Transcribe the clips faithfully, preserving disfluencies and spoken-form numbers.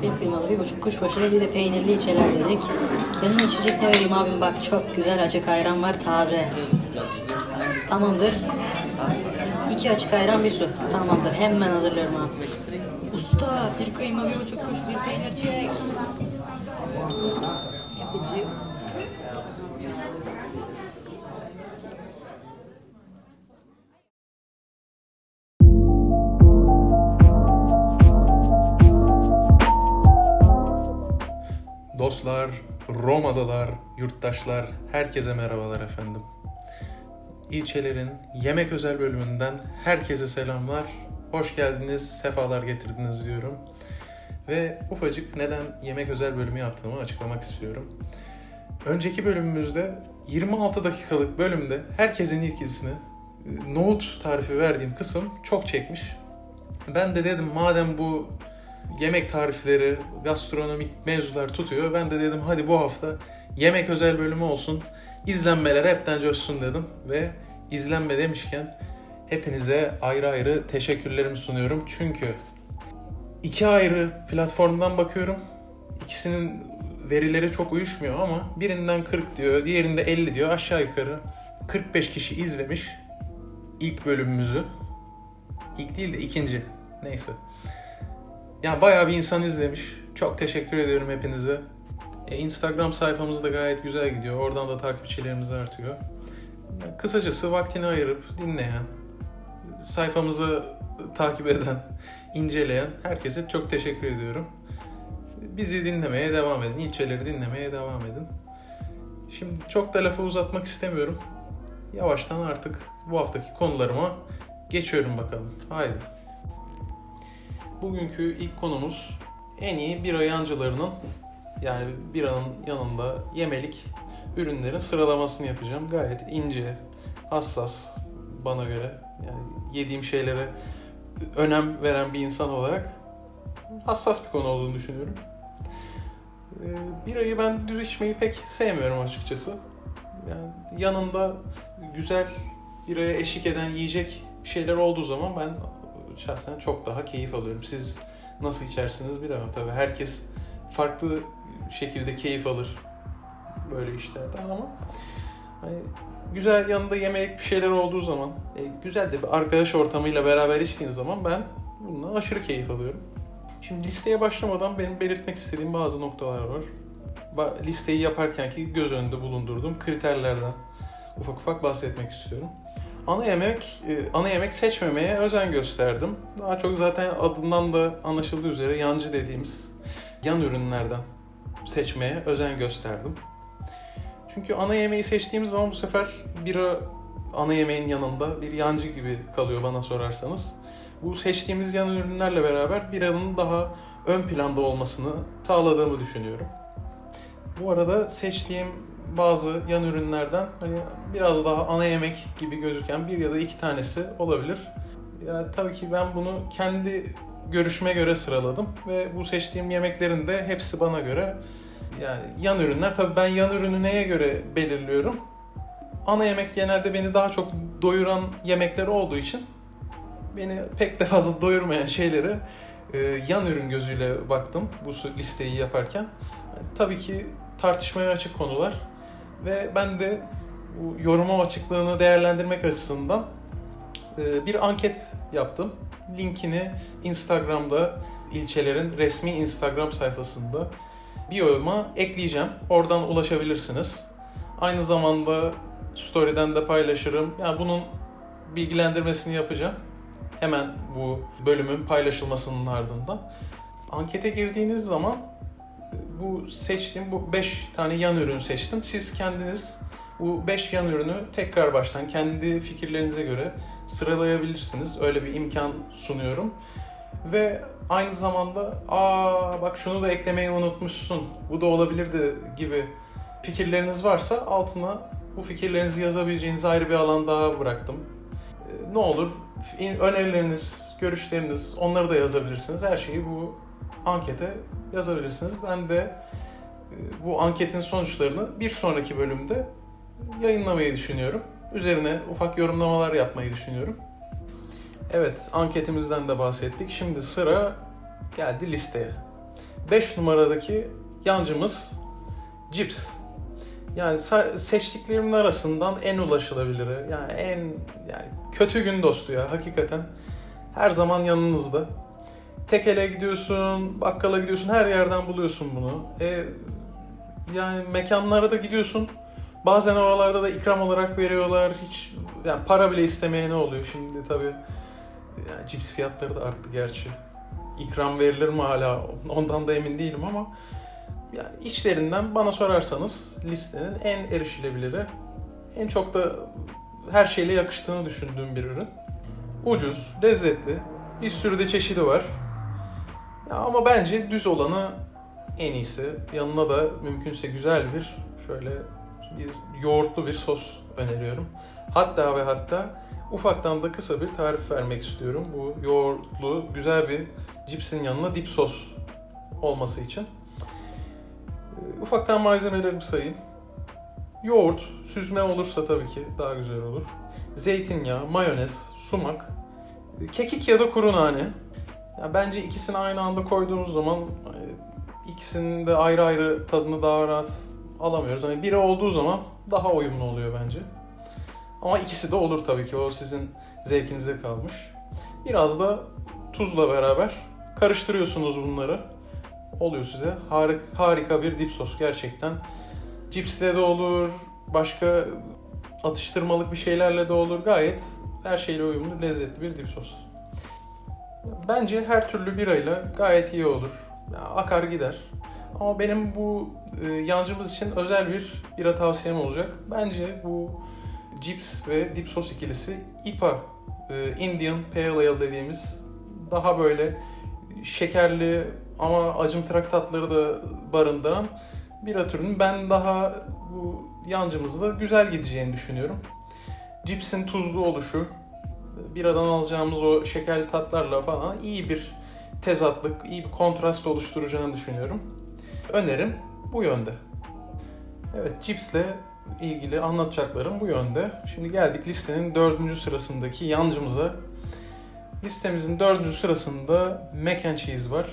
Bir kıymalı, bir buçuk kuşbaşılı, bir de peynirli ilçeler dedik. Senin içecek ne vereyim abim, bak çok güzel açık ayran var, taze. Tamamdır. İki açık ayran, bir su. Tamamdır, hemen hazırlıyorum abi. Usta, bir kıyma, bir buçuk kuş, bir peynir çek. Yapıcı. Dostlar, Roma'dalar, yurttaşlar, herkese merhabalar efendim. İlçelerin yemek özel bölümünden herkese selamlar. Hoş geldiniz, sefalar getirdiniz diyorum. Ve ufacık neden yemek özel bölümü yaptığımı açıklamak istiyorum. Önceki bölümümüzde yirmi altı dakikalık bölümde herkesin ilgisini, nohut tarifi verdiğim kısım çok çekmiş. Ben de dedim madem bu yemek tarifleri, gastronomik mevzular tutuyor, ben de dedim hadi bu hafta yemek özel bölümü olsun, izlenmeler hepten coşsun dedim. Ve izlenme demişken hepinize ayrı ayrı teşekkürlerimi sunuyorum. Çünkü iki ayrı platformdan bakıyorum, ikisinin verileri çok uyuşmuyor ama birinden kırk diyor, diğerinde elli diyor, aşağı yukarı kırk beş kişi izlemiş ilk bölümümüzü. İlk değil de ikinci, neyse. Ya bayağı bir insan izlemiş. Çok teşekkür ediyorum hepinize. E, Instagram sayfamız da gayet güzel gidiyor. Oradan da takipçilerimiz artıyor. Ya, kısacası vaktini ayırıp dinleyen, sayfamızı takip eden, inceleyen herkese çok teşekkür ediyorum. Bizi dinlemeye devam edin. İlçeleri dinlemeye devam edin. Şimdi çok da lafı uzatmak istemiyorum. Yavaştan artık bu haftaki konularıma geçiyorum bakalım. Haydi. Bugünkü ilk konumuz en iyi bira yancılarının, yani biranın yanında yemelik ürünlerin sıralamasını yapacağım. Gayet ince, hassas bana göre. Yani yediğim şeylere önem veren bir insan olarak hassas bir konu olduğunu düşünüyorum. Ee, birayı ben düz içmeyi pek sevmiyorum açıkçası. Yani yanında güzel biraya eşlik eden yiyecek şeyler olduğu zaman ben şahsen çok daha keyif alıyorum. Siz nasıl içersiniz bilemem tabii. Herkes farklı şekilde keyif alır böyle işlerden ama hani güzel yanında yemelik bir şeyler olduğu zaman, e, güzel de bir arkadaş ortamıyla beraber içtiğin zaman ben bundan aşırı keyif alıyorum. Şimdi listeye başlamadan benim belirtmek istediğim bazı noktalar var. Ba- listeyi yaparkenki göz önünde bulundurduğum kriterlerden ufak ufak bahsetmek istiyorum. Ana yemek, ana yemek seçmemeye özen gösterdim. Daha çok zaten adından da anlaşıldığı üzere yancı dediğimiz yan ürünlerden seçmeye özen gösterdim. Çünkü ana yemeği seçtiğimiz zaman bu sefer bira ana yemeğin yanında bir yancı gibi kalıyor bana sorarsanız. Bu seçtiğimiz yan ürünlerle beraber biranın daha ön planda olmasını sağladığımı düşünüyorum. Bu arada seçtiğim bazı yan ürünlerden hani biraz daha ana yemek gibi gözüken bir ya da iki tanesi olabilir. Ya tabii ki ben bunu kendi görüşüme göre sıraladım ve bu seçtiğim yemeklerin de hepsi bana göre yani yan ürünler. Tabii ben yan ürünü neye göre belirliyorum? Ana yemek genelde beni daha çok doyuran yemekler olduğu için beni pek de fazla doyurmayan şeylere e, yan ürün gözüyle baktım bu listeyi yaparken. Yani tabii ki tartışmaya açık konular. Ve ben de bu yorumum açıklığını değerlendirmek açısından bir anket yaptım. Linkini Instagram'da, ilçelerin resmi Instagram sayfasında bio'ma ekleyeceğim. Oradan ulaşabilirsiniz. Aynı zamanda story'den de paylaşırım. Yani bunun bilgilendirmesini yapacağım. Hemen bu bölümün paylaşılmasının ardından. Ankete girdiğiniz zaman bu seçtiğim bu beş tane yan ürün seçtim. Siz kendiniz bu beş yan ürünü tekrar baştan kendi fikirlerinize göre sıralayabilirsiniz. Öyle bir imkan sunuyorum. Ve aynı zamanda aa bak şunu da eklemeyi unutmuşsun, bu da olabilirdi gibi fikirleriniz varsa altına bu fikirlerinizi yazabileceğiniz ayrı bir alan daha bıraktım. Ee, ne olur önerileriniz, görüşleriniz, onları da yazabilirsiniz. Her şeyi bu ankete yazabilirsiniz. Ben de bu anketin sonuçlarını bir sonraki bölümde yayınlamayı düşünüyorum. Üzerine ufak yorumlamalar yapmayı düşünüyorum. Evet, anketimizden de bahsettik. Şimdi sıra geldi listeye. beş numaradaki yancımız cips. Yani seçtiklerimin arasından en ulaşılabiliri, yani en yani kötü gün dostu ya hakikaten. Her zaman yanınızda. Tekele gidiyorsun, bakkala gidiyorsun, her yerden buluyorsun bunu. E, yani mekanlara da gidiyorsun. Bazen oralarda da ikram olarak veriyorlar. Hiç yani para bile istemeye ne oluyor şimdi tabii. Yani cips fiyatları da arttı gerçi. İkram verilir mi hala? Ondan da emin değilim ama yani içlerinden bana sorarsanız listenin en erişilebiliri, en çok da her şeyle yakıştığını düşündüğüm bir ürün. Ucuz, lezzetli, bir sürü de çeşidi var. Ya ama bence düz olanı en iyisi. Yanına da mümkünse güzel bir şöyle bir yoğurtlu bir sos öneriyorum. Hatta ve hatta ufaktan da kısa bir tarif vermek istiyorum. Bu yoğurtlu güzel bir cipsin yanına dip sos olması için. Ufaktan malzemelerimi sayayım. Yoğurt, süzme olursa tabii ki daha güzel olur. Zeytinyağı, mayonez, sumak, kekik ya da kuru nane. Ya bence ikisini aynı anda koyduğumuz zaman ikisinin de ayrı ayrı tadını daha rahat alamıyoruz. Hani biri olduğu zaman daha uyumlu oluyor bence. Ama ikisi de olur tabii ki. O sizin zevkinize kalmış. Biraz da tuzla beraber karıştırıyorsunuz bunları. Oluyor size harika, harika bir dip sos gerçekten. Cipsle de olur, başka atıştırmalık bir şeylerle de olur. Gayet her şeyle uyumlu, lezzetli bir dip sos. Bence her türlü birayla gayet iyi olur. Yani akar gider. Ama benim bu e, yancımız için özel bir bira tavsiyem olacak. Bence bu cips ve dip sos ikilisi I P A, e, Indian Pale Ale dediğimiz daha böyle şekerli ama acımtırak tatları da barındıran bira türünün ben daha bu yancımızda güzel gideceğini düşünüyorum. Cipsin tuzlu oluşu, biradan alacağımız o şekerli tatlarla falan iyi bir tezatlık, iyi bir kontrast oluşturacağını düşünüyorum. Önerim bu yönde. Evet, cipsle ilgili anlatacaklarım bu yönde. Şimdi geldik listenin dördüncü sırasındaki yancımıza. Listemizin dördüncü sırasında mac and cheese var.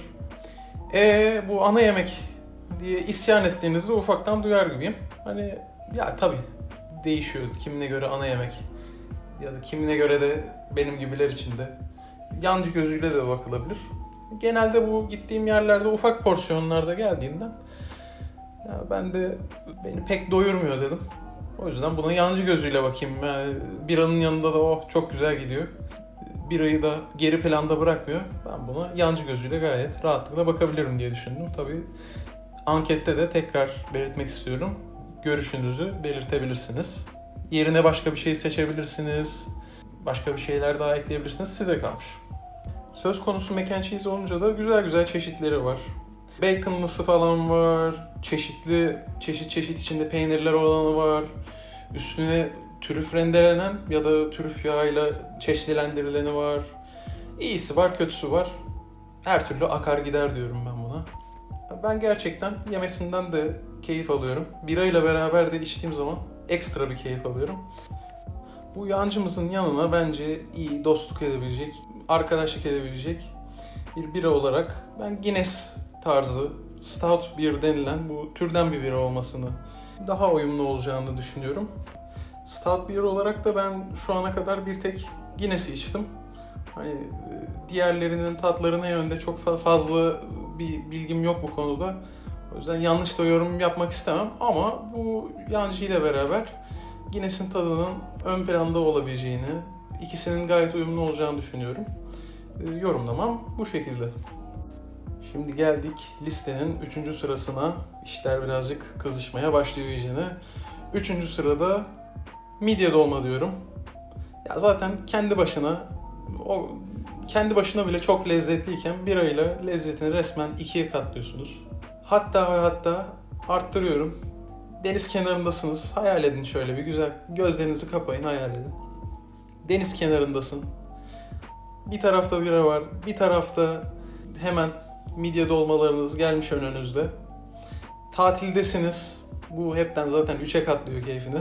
E bu ana yemek diye isyan ettiğinizde ufaktan duyar gibiyim. Hani ya tabii değişiyor kimine göre ana yemek ya da kimine göre de benim gibiler için de yancı gözüyle de bakılabilir. Genelde bu gittiğim yerlerde ufak porsiyonlarda geldiğinden ya ben de beni pek doyurmuyor dedim. O yüzden buna yancı gözüyle bakayım. Yani biranın yanında da oh çok güzel gidiyor. Birayı da geri planda bırakmıyor. Ben buna yancı gözüyle gayet rahatlıkla bakabilirim diye düşündüm. Tabii ankette de tekrar belirtmek istiyorum. Görüşünüzü belirtebilirsiniz. Yerine başka bir şey seçebilirsiniz. Başka bir şeyler daha ekleyebilirsiniz. Size kalmış. Söz konusu mac and cheese olunca da güzel güzel çeşitleri var. Baconlısı falan var. Çeşitli çeşit çeşit içinde peynirler olanı var. Üstüne trüf rendelenen ya da trüf yağıyla çeşitlendirileni var. İyisi var, kötüsü var. Her türlü akar gider diyorum ben buna. Ben gerçekten yemesinden de keyif alıyorum. Birayla beraber de içtiğim zaman ekstra bir keyif alıyorum. Bu yancımızın yanına bence iyi dostluk edebilecek, arkadaşlık edebilecek bir bira olarak ben Guinness tarzı stout beer denilen bu türden bir bira olmasını daha uyumlu olacağını düşünüyorum. Stout beer olarak da ben şu ana kadar bir tek Guinness'i içtim. Hani diğerlerinin tatları ne yönde çok fazla bir bilgim yok bu konuda. O yüzden yanlış da yorum yapmak istemem ama bu yancı ile beraber Guinness'in tadının ön planda olabileceğini, ikisinin gayet uyumlu olacağını düşünüyorum. E, yorumlamam bu şekilde. Şimdi geldik listenin üçüncü sırasına. İşler birazcık kızışmaya başlıyor iyicene. Üçüncü sırada midye dolma diyorum. Ya zaten kendi başına o kendi başına bile çok lezzetliyken birayla lezzetini resmen ikiye katlıyorsunuz. Hatta ve hatta arttırıyorum. Deniz kenarındasınız. Hayal edin şöyle bir güzel. Gözlerinizi kapayın, hayal edin. Deniz kenarındasın. Bir tarafta bira var. Bir tarafta hemen midye dolmalarınız gelmiş önünüzde. Tatildesiniz. Bu hepten zaten üçe katlıyor keyfini.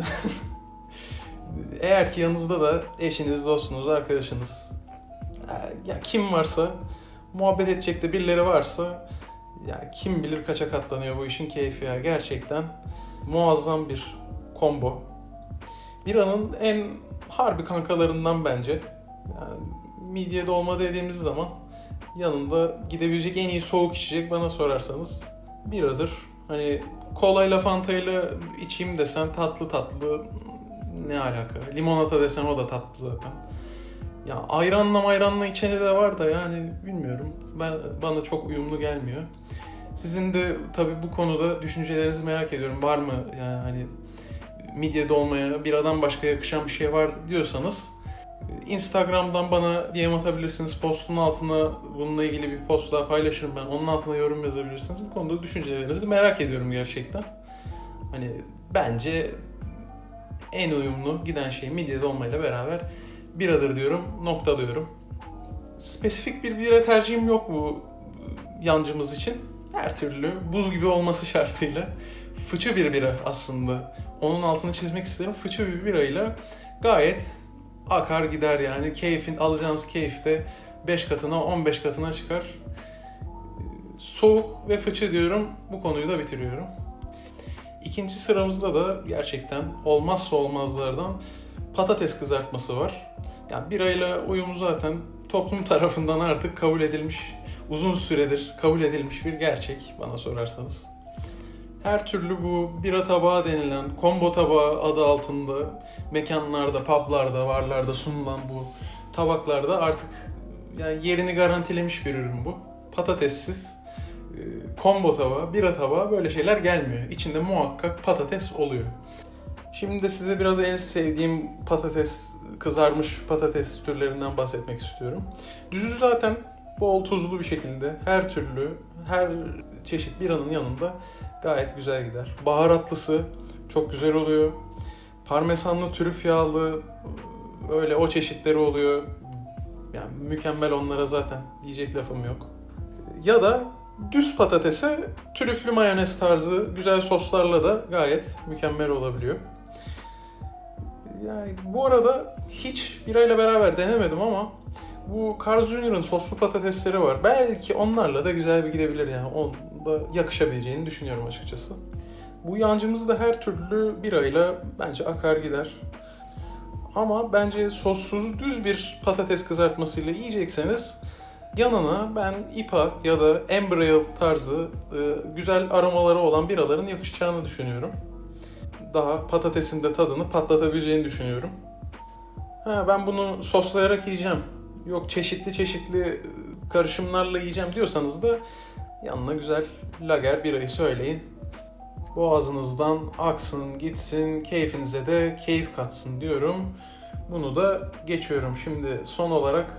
Eğer ki yanınızda da eşiniz, dostunuz, arkadaşınız, ya kim varsa, muhabbet edecek de birileri varsa Yani kim bilir kaça katlanıyor bu işin keyfi ya. Gerçekten muazzam bir combo. Biranın en harbi kankalarından bence. Yani midye dolma dediğimiz zaman yanında gidebilecek en iyi soğuk içecek bana sorarsanız biradır. Hani kolayla fantayla içeyim desen tatlı tatlı ne alaka. Limonata desen o da tatlı zaten. Ya ayranla ayranla içeni de var da yani bilmiyorum. Ben bana çok uyumlu gelmiyor. Sizin de tabii bu konuda düşüncelerinizi merak ediyorum. Var mı yani hani midye dolmaya biradan başka yakışan bir şey var diyorsanız Instagram'dan bana D M atabilirsiniz. Postun altına bununla ilgili bir post daha paylaşırım ben. Onun altına yorum yazabilirsiniz. Bu konuda düşüncelerinizi merak ediyorum gerçekten. Hani bence en uyumlu giden şey midye dolmayla beraber biradır diyorum, noktalıyorum. Spesifik bir bira tercihim yok bu yancımız için. Her türlü buz gibi olması şartıyla fıçı bir bira aslında. Onun altını çizmek isterim. Fıçı bir birayla gayet akar gider yani. Keyfin, alacağınız keyif de beş katına, on beş katına çıkar. Soğuk ve fıçı diyorum. Bu konuyu da bitiriyorum. İkinci sıramızda da gerçekten olmazsa olmazlardan patates kızartması var. Yani birayla uyumu zaten toplum tarafından artık kabul edilmiş, uzun süredir kabul edilmiş bir gerçek bana sorarsanız. Her türlü bu bira tabağı denilen, combo tabağı adı altında mekanlarda, publarda, barlarda sunulan bu tabaklarda artık yani yerini garantilemiş bir ürün bu. Patatessiz, combo tabağı, bira tabağı böyle şeyler gelmiyor. İçinde muhakkak patates oluyor. Şimdi de size biraz en sevdiğim patates, kızarmış patates türlerinden bahsetmek istiyorum. Düzü zaten bol tuzlu bir şekilde her türlü, her çeşit biranın yanında gayet güzel gider. Baharatlısı çok güzel oluyor. Parmesanlı, trüf yağlı öyle o çeşitleri oluyor. Yani mükemmel, onlara zaten diyecek lafım yok. Ya da düz patatese trüflü mayonez tarzı güzel soslarla da gayet mükemmel olabiliyor. Yani bu arada hiç birayla beraber denemedim ama bu Carl's Junior'ın soslu patatesleri var. Belki onlarla da güzel bir gidebilir yani. Onda yakışabileceğini düşünüyorum açıkçası. Bu yancımız da her türlü birayla bence akar gider. Ama bence sossuz düz bir patates kızartmasıyla yiyecekseniz yanına ben I P A ya da Amber Ale tarzı güzel aromaları olan biraların yakışacağını düşünüyorum. Daha patatesin de tadını patlatabileceğini düşünüyorum. Ha, ben bunu soslayarak yiyeceğim, yok çeşitli çeşitli karışımlarla yiyeceğim diyorsanız da yanına güzel lager birayı söyleyin. Boğazınızdan aksın, gitsin, keyfinize de keyif katsın diyorum. Bunu da geçiyorum. Şimdi son olarak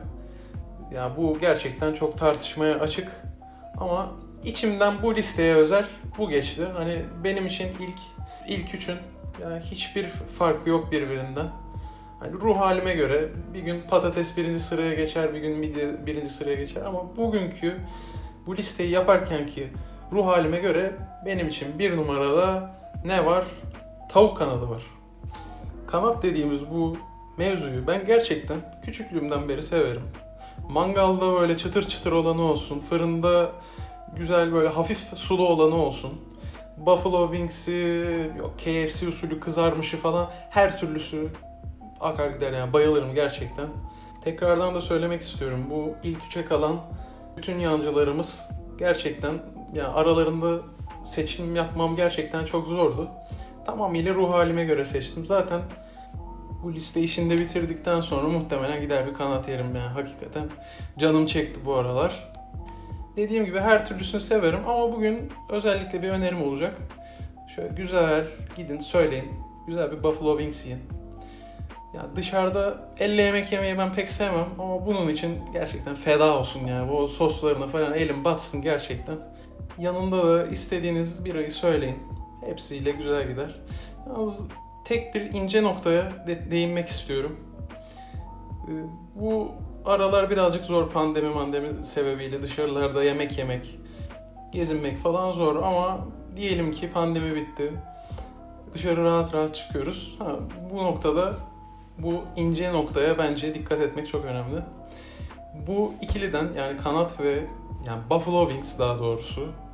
ya bu gerçekten çok tartışmaya açık ama içimden bu listeye özel bu geçti. Hani benim için ilk ilk üçün yani hiçbir farkı yok birbirinden. Hani ruh halime göre bir gün patates birinci sıraya geçer, bir gün midye birinci sıraya geçer ama bugünkü bu listeyi yaparken ki ruh halime göre benim için bir numarada ne var? Tavuk kanadı var. Kanat dediğimiz bu mevzuyu ben gerçekten küçüklüğümden beri severim. Mangalda böyle çıtır çıtır olanı olsun, fırında güzel böyle hafif sulu olanı olsun. Buffalo Wings'i, yok K F C usulü kızarmışı falan her türlüsü akar gider yani, bayılırım gerçekten. Tekrardan da söylemek istiyorum, bu ilk üçe kalan bütün yancılarımız gerçekten yani aralarında seçim yapmam gerçekten çok zordu. Tamamıyla ruh halime göre seçtim. Zaten bu liste işini de bitirdikten sonra muhtemelen gider bir kanat yerim yani, hakikaten. Canım çekti bu aralar. Dediğim gibi her türlüsünü severim ama bugün özellikle bir önerim olacak. Şöyle güzel gidin söyleyin, güzel bir Buffalo Wings yiyin. Ya dışarıda elle yemek yemeyi ben pek sevmem ama bunun için gerçekten feda olsun yani. O soslarına falan elim batsın gerçekten. Yanında da istediğiniz birayı söyleyin. Hepsiyle güzel gider. Yalnız tek bir ince noktaya de- değinmek istiyorum. Ee, bu aralar birazcık zor, pandemi mandemi sebebiyle dışarılarda yemek yemek, gezinmek falan zor ama diyelim ki pandemi bitti. Dışarı rahat rahat çıkıyoruz. Ha, bu noktada bu ince noktaya bence dikkat etmek çok önemli. Bu ikiliden yani kanat ve yani Buffalo Wings daha doğrusu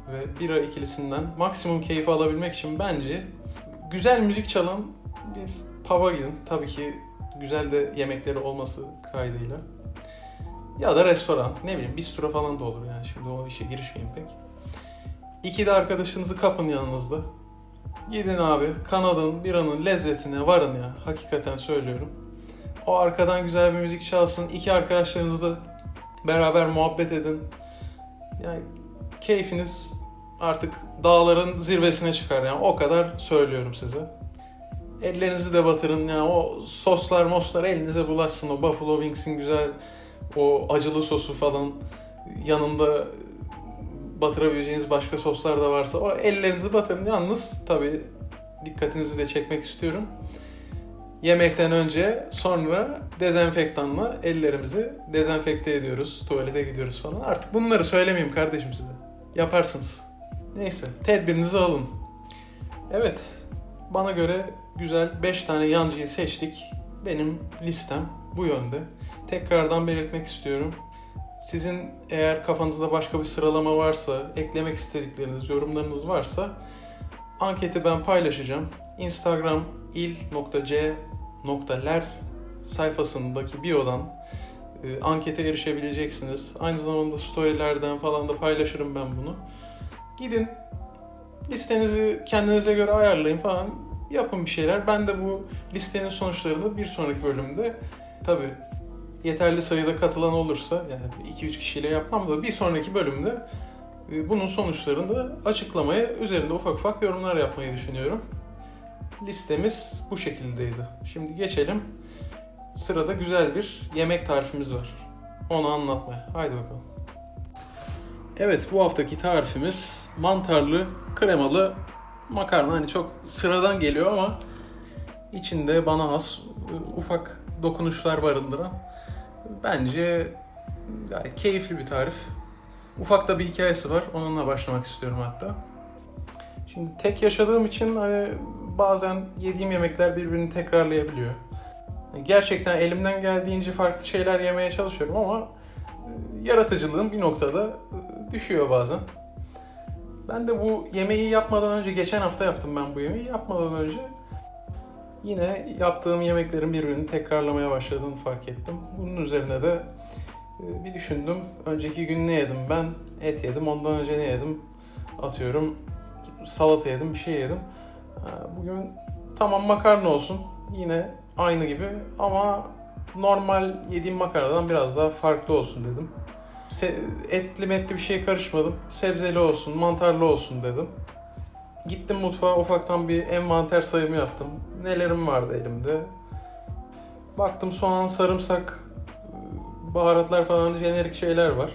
ve bira ikilisinden maksimum keyif alabilmek için bence güzel müzik çalan bir pub'a gidin. Tabii ki güzel de yemekleri olması kaydıyla. Ya da restoran, ne bileyim bistro falan da olur yani, şimdi o işe girişmeyin pek. İki de arkadaşınızı kapın yanınızda. Gidin abi, kanadın, biranın lezzetine varın ya, hakikaten söylüyorum. O arkadan güzel bir müzik çalsın, iki arkadaşlarınızla beraber muhabbet edin. Yani keyfiniz artık dağların zirvesine çıkar yani, o kadar söylüyorum size. Ellerinizi de batırın yani, o soslar moslar elinize bulaşsın, o Buffalo Wings'in güzel o acılı sosu falan, yanında batırabileceğiniz başka soslar da varsa o ellerinizi batırın. Yalnız tabii dikkatinizi de çekmek istiyorum. Yemekten önce sonra dezenfektanla ellerimizi dezenfekte ediyoruz. Tuvalete gidiyoruz falan. Artık bunları söylemeyeyim kardeşim size. Yaparsınız. Neyse, tedbirinizi alın. Evet, bana göre güzel beş tane yancıyı seçtik. Benim listem bu yönde. Tekrardan belirtmek istiyorum. Sizin eğer kafanızda başka bir sıralama varsa, eklemek istedikleriniz, yorumlarınız varsa anketi ben paylaşacağım. Instagram il nokta c nokta ler sayfasındaki bio'dan e, ankete erişebileceksiniz. Aynı zamanda storylerden falan da paylaşırım ben bunu. Gidin listenizi kendinize göre ayarlayın falan, yapın bir şeyler. Ben de bu listenin sonuçlarını bir sonraki bölümde, tabii yeterli sayıda katılan olursa, yani iki üç kişiyle yapmam da bir sonraki bölümde bunun sonuçlarını da açıklamaya, üzerinde ufak ufak yorumlar yapmayı düşünüyorum. Listemiz bu şekildeydi. Şimdi geçelim. Sırada güzel bir yemek tarifimiz var. Onu anlatmaya. Haydi bakalım. Evet, bu haftaki tarifimiz mantarlı, kremalı makarna. Hani çok sıradan geliyor ama içinde bana has ufak dokunuşlar barındıran, bence gayet keyifli bir tarif. Ufak da bir hikayesi var. Onunla başlamak istiyorum hatta. Şimdi tek yaşadığım için hani bazen yediğim yemekler birbirini tekrarlayabiliyor. Gerçekten elimden geldiğince farklı şeyler yemeye çalışıyorum ama yaratıcılığım bir noktada düşüyor bazen. Ben de bu yemeği yapmadan önce, geçen hafta yaptım ben bu yemeği. Yapmadan önce yine yaptığım yemeklerin birbirini tekrarlamaya başladığını fark ettim. Bunun üzerine de bir düşündüm. Önceki gün ne yedim ben? Et yedim. Ondan önce ne yedim? Atıyorum salata yedim, bir şey yedim. Bugün tamam makarna olsun. Yine aynı gibi ama normal yediğim makarnadan biraz daha farklı olsun dedim. Etli metli bir şeye karışmadım. Sebzeli olsun, mantarlı olsun dedim. Gittim mutfağa, ufaktan bir envanter sayımı yaptım. Nelerim vardı elimde. Baktım soğan, sarımsak, baharatlar falan, jenerik şeyler var.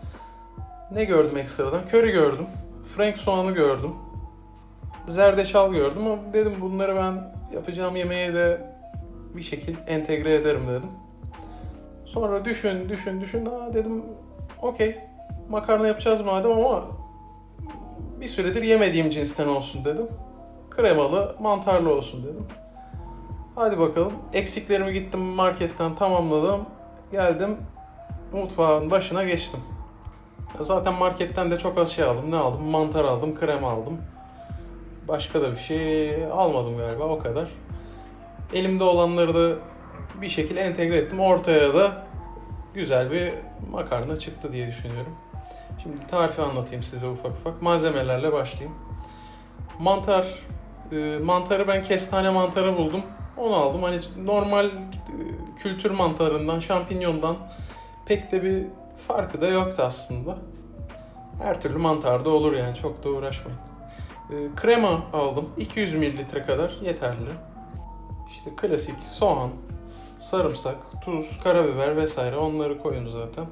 Ne gördüm ekstradan? Köri gördüm. Frank soğanı gördüm. Zerdeçal gördüm ama dedim bunları ben yapacağım yemeğe de bir şekilde entegre ederim dedim. Sonra düşün, düşün, düşün. Aa dedim okey, makarna yapacağız madem ama bir süredir yemediğim cinsten olsun dedim. Kremalı, mantarlı olsun dedim. Hadi bakalım. Eksiklerimi gittim marketten tamamladım. Geldim mutfağın başına geçtim. Zaten marketten de çok az şey aldım. Ne aldım? Mantar aldım, krema aldım. Başka da bir şey almadım galiba, o kadar. Elimde olanları da bir şekilde entegre ettim. Ortaya da güzel bir makarna çıktı diye düşünüyorum. Şimdi tarifi anlatayım size ufak ufak. Malzemelerle başlayayım. Mantar, e, mantarı ben kestane mantarı buldum. Onu aldım. Hani normal e, kültür mantarından, şampinyondan pek de bir farkı da yoktu aslında. Her türlü mantar da olur yani, çok da uğraşmayın. E, krema aldım. iki yüz mililitre kadar yeterli. İşte klasik soğan, sarımsak, tuz, karabiber vesaire, onları koyun zaten.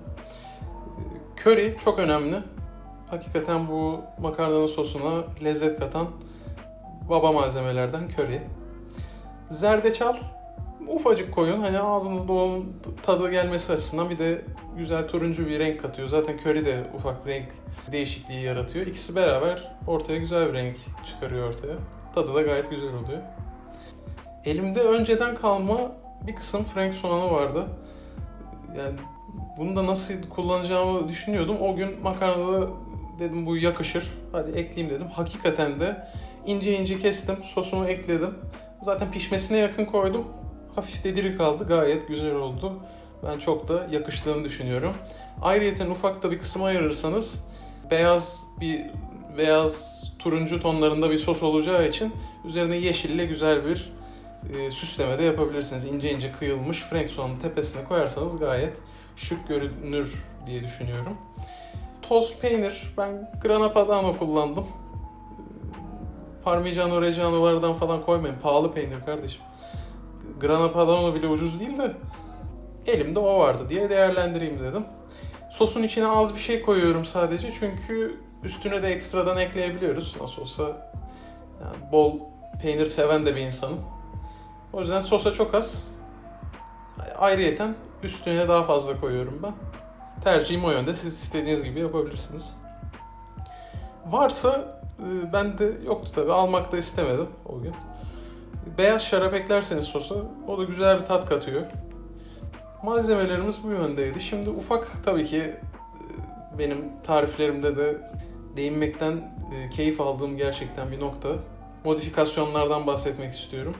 Köri çok önemli. Hakikaten bu makarnanın sosuna lezzet katan baba malzemelerden köri. Zerdeçal ufacık koyun. Hani ağzınızda onun tadı gelmesi açısından, bir de güzel turuncu bir renk katıyor. Zaten köri de ufak renk değişikliği yaratıyor. İkisi beraber ortaya güzel bir renk çıkarıyor ortaya. Tadı da gayet güzel oluyor. Elimde önceden kalma bir kısım Frank soğanı vardı. Yani bunu da nasıl kullanacağımı düşünüyordum. O gün makarnada dedim bu yakışır. Hadi ekleyeyim dedim. Hakikaten de ince ince kestim. Sosumu ekledim. Zaten pişmesine yakın koydum. Hafif de diri kaldı. Gayet güzel oldu. Ben çok da yakıştığını düşünüyorum. Ayrıyeten ufak da bir kısım ayırırsanız beyaz bir beyaz turuncu tonlarında bir sos olacağı için üzerine yeşille güzel bir e, süsleme de yapabilirsiniz. İnce ince kıyılmış Frank soğanın tepesine koyarsanız gayet şık görünür diye düşünüyorum. Toz peynir. Ben Grana Padano kullandım. Parmigiano Reggiano'lardan falan koymayın. Pahalı peynir kardeşim. Grana Padano bile ucuz değil de elimde o vardı diye değerlendireyim dedim. Sosun içine az bir şey koyuyorum sadece çünkü üstüne de ekstradan ekleyebiliyoruz. Nasıl olsa yani bol peynir seven de bir insanım. O yüzden sosa çok az. Ayrıyeten üstüne daha fazla koyuyorum ben. Tercihim o yönde. Siz istediğiniz gibi yapabilirsiniz. Varsa ben de yoktu tabii. Almak da istemedim o gün. Beyaz şarap eklerseniz sosa o da güzel bir tat katıyor. Malzemelerimiz bu yöndeydi. Şimdi ufak tabii ki benim tariflerimde de değinmekten keyif aldığım gerçekten bir nokta. Modifikasyonlardan bahsetmek istiyorum.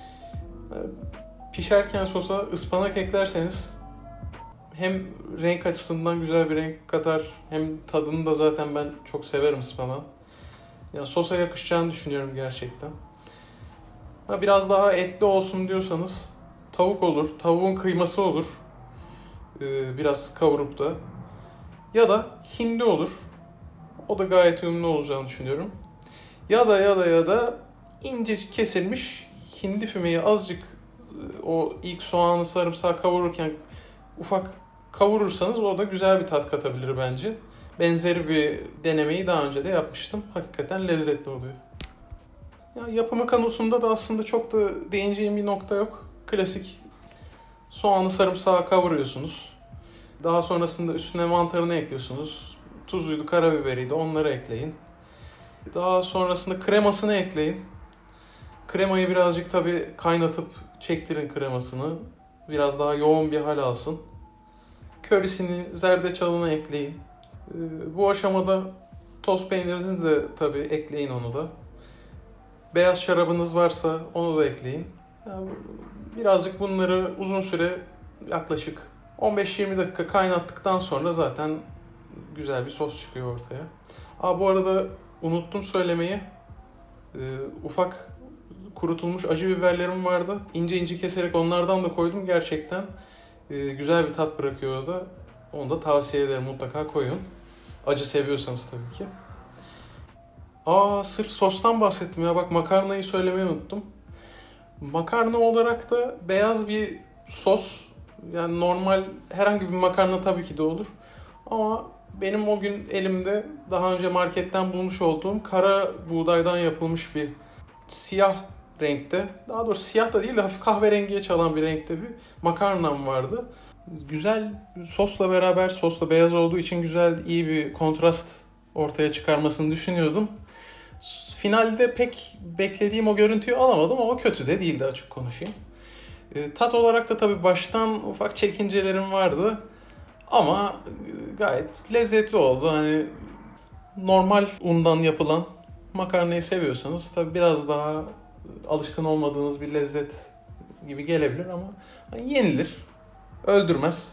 Pişerken sosa ıspanak eklerseniz hem renk açısından güzel bir renk katar hem tadını da zaten ben çok severim ıspanağın. Yani sosa yakışacağını düşünüyorum gerçekten. Ha, biraz daha etli olsun diyorsanız tavuk olur, tavuğun kıyması olur. Ee, biraz kavurup da. Ya da hindi olur. O da gayet uyumlu olacağını düşünüyorum. Ya da ya da ya da ince kesilmiş hindi fümeyi azıcık o ilk soğanı sarımsağı kavururken ufak kavurursanız o da güzel bir tat katabilir bence. Benzeri bir denemeyi daha önce de yapmıştım. Hakikaten lezzetli oluyor. Ya yapımı konusunda da aslında çok da değineceğim bir nokta yok. Klasik soğanı sarımsağı kavuruyorsunuz. Daha sonrasında üstüne mantarını ekliyorsunuz. Tuzuydu, karabiberiydi onları ekleyin. Daha sonrasında kremasını ekleyin. Kremayı birazcık tabii kaynatıp çektirin kremasını. Biraz daha yoğun bir hal alsın. Körisini, zerdeçalını ekleyin. Bu aşamada toz peynirinizi de tabii ekleyin onu da. Beyaz şarabınız varsa onu da ekleyin. Yani birazcık bunları uzun süre yaklaşık on beş yirmi dakika kaynattıktan sonra zaten güzel bir sos çıkıyor ortaya. Aa, bu arada unuttum söylemeyi. Ee, ufak kurutulmuş acı biberlerim vardı. İnce ince keserek onlardan da koydum. Gerçekten e, güzel bir tat bırakıyor o da. Onu da tavsiye ederim, mutlaka koyun. Acı seviyorsanız tabii ki. Aa, sırf sostan bahsettim ya. Bak, makarnayı söylemeyi unuttum. Makarna olarak da beyaz bir sos. Yani normal herhangi bir makarna tabii ki de olur. Ama benim o gün elimde daha önce marketten bulmuş olduğum kara buğdaydan yapılmış bir siyah renkte, daha doğrusu siyah da değil de hafif kahverengiye çalan bir renkte bir makarnam vardı. Güzel sosla beraber, sosla beyaz olduğu için güzel, iyi bir kontrast ortaya çıkarmasını düşünüyordum. Finalde pek beklediğim o görüntüyü alamadım ama kötü de değildi, açık konuşayım. E, tat olarak da tabii baştan ufak çekincelerim vardı. Ama gayet lezzetli oldu. Hani normal undan yapılan makarnayı seviyorsanız tabii biraz daha alışkın olmadığınız bir lezzet gibi gelebilir ama yenilir. Öldürmez.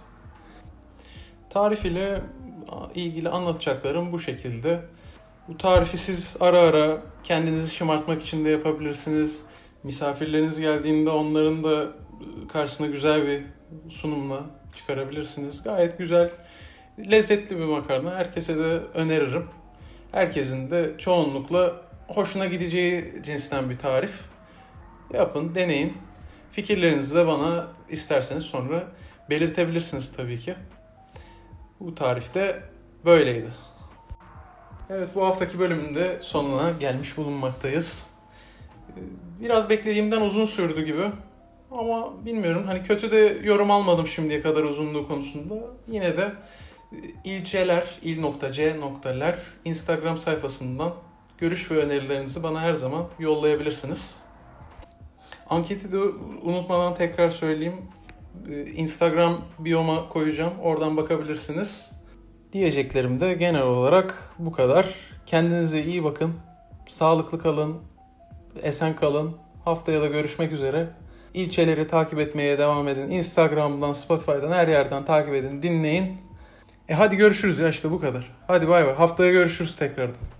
Tarif ile ilgili anlatacaklarım bu şekilde. Bu tarifi siz ara ara kendinizi şımartmak için de yapabilirsiniz. Misafirleriniz geldiğinde onların da karşısına güzel bir sunumla çıkarabilirsiniz. Gayet güzel, lezzetli bir makarna. Herkese de öneririm. Herkesin de çoğunlukla hoşuna gideceği cinsten bir tarif. Yapın, deneyin. Fikirlerinizi de bana isterseniz sonra belirtebilirsiniz tabii ki. Bu tarif de böyleydi. Evet, bu haftaki bölümün de sonuna gelmiş bulunmaktayız. Biraz beklediğimden uzun sürdü gibi. Ama bilmiyorum, hani kötü de yorum almadım şimdiye kadar uzunluğu konusunda. Yine de ilceler, il.c.ler Instagram sayfasından görüş ve önerilerinizi bana her zaman yollayabilirsiniz. Anketi de unutmadan tekrar söyleyeyim. Instagram biyoma koyacağım. Oradan bakabilirsiniz. Diyeceklerim de genel olarak bu kadar. Kendinize iyi bakın. Sağlıklı kalın. Esen kalın. Haftaya da görüşmek üzere. İlçeleri takip etmeye devam edin. Instagram'dan, Spotify'dan her yerden takip edin, dinleyin. E hadi görüşürüz ya, işte bu kadar. Hadi bay bay. Haftaya görüşürüz tekrardan.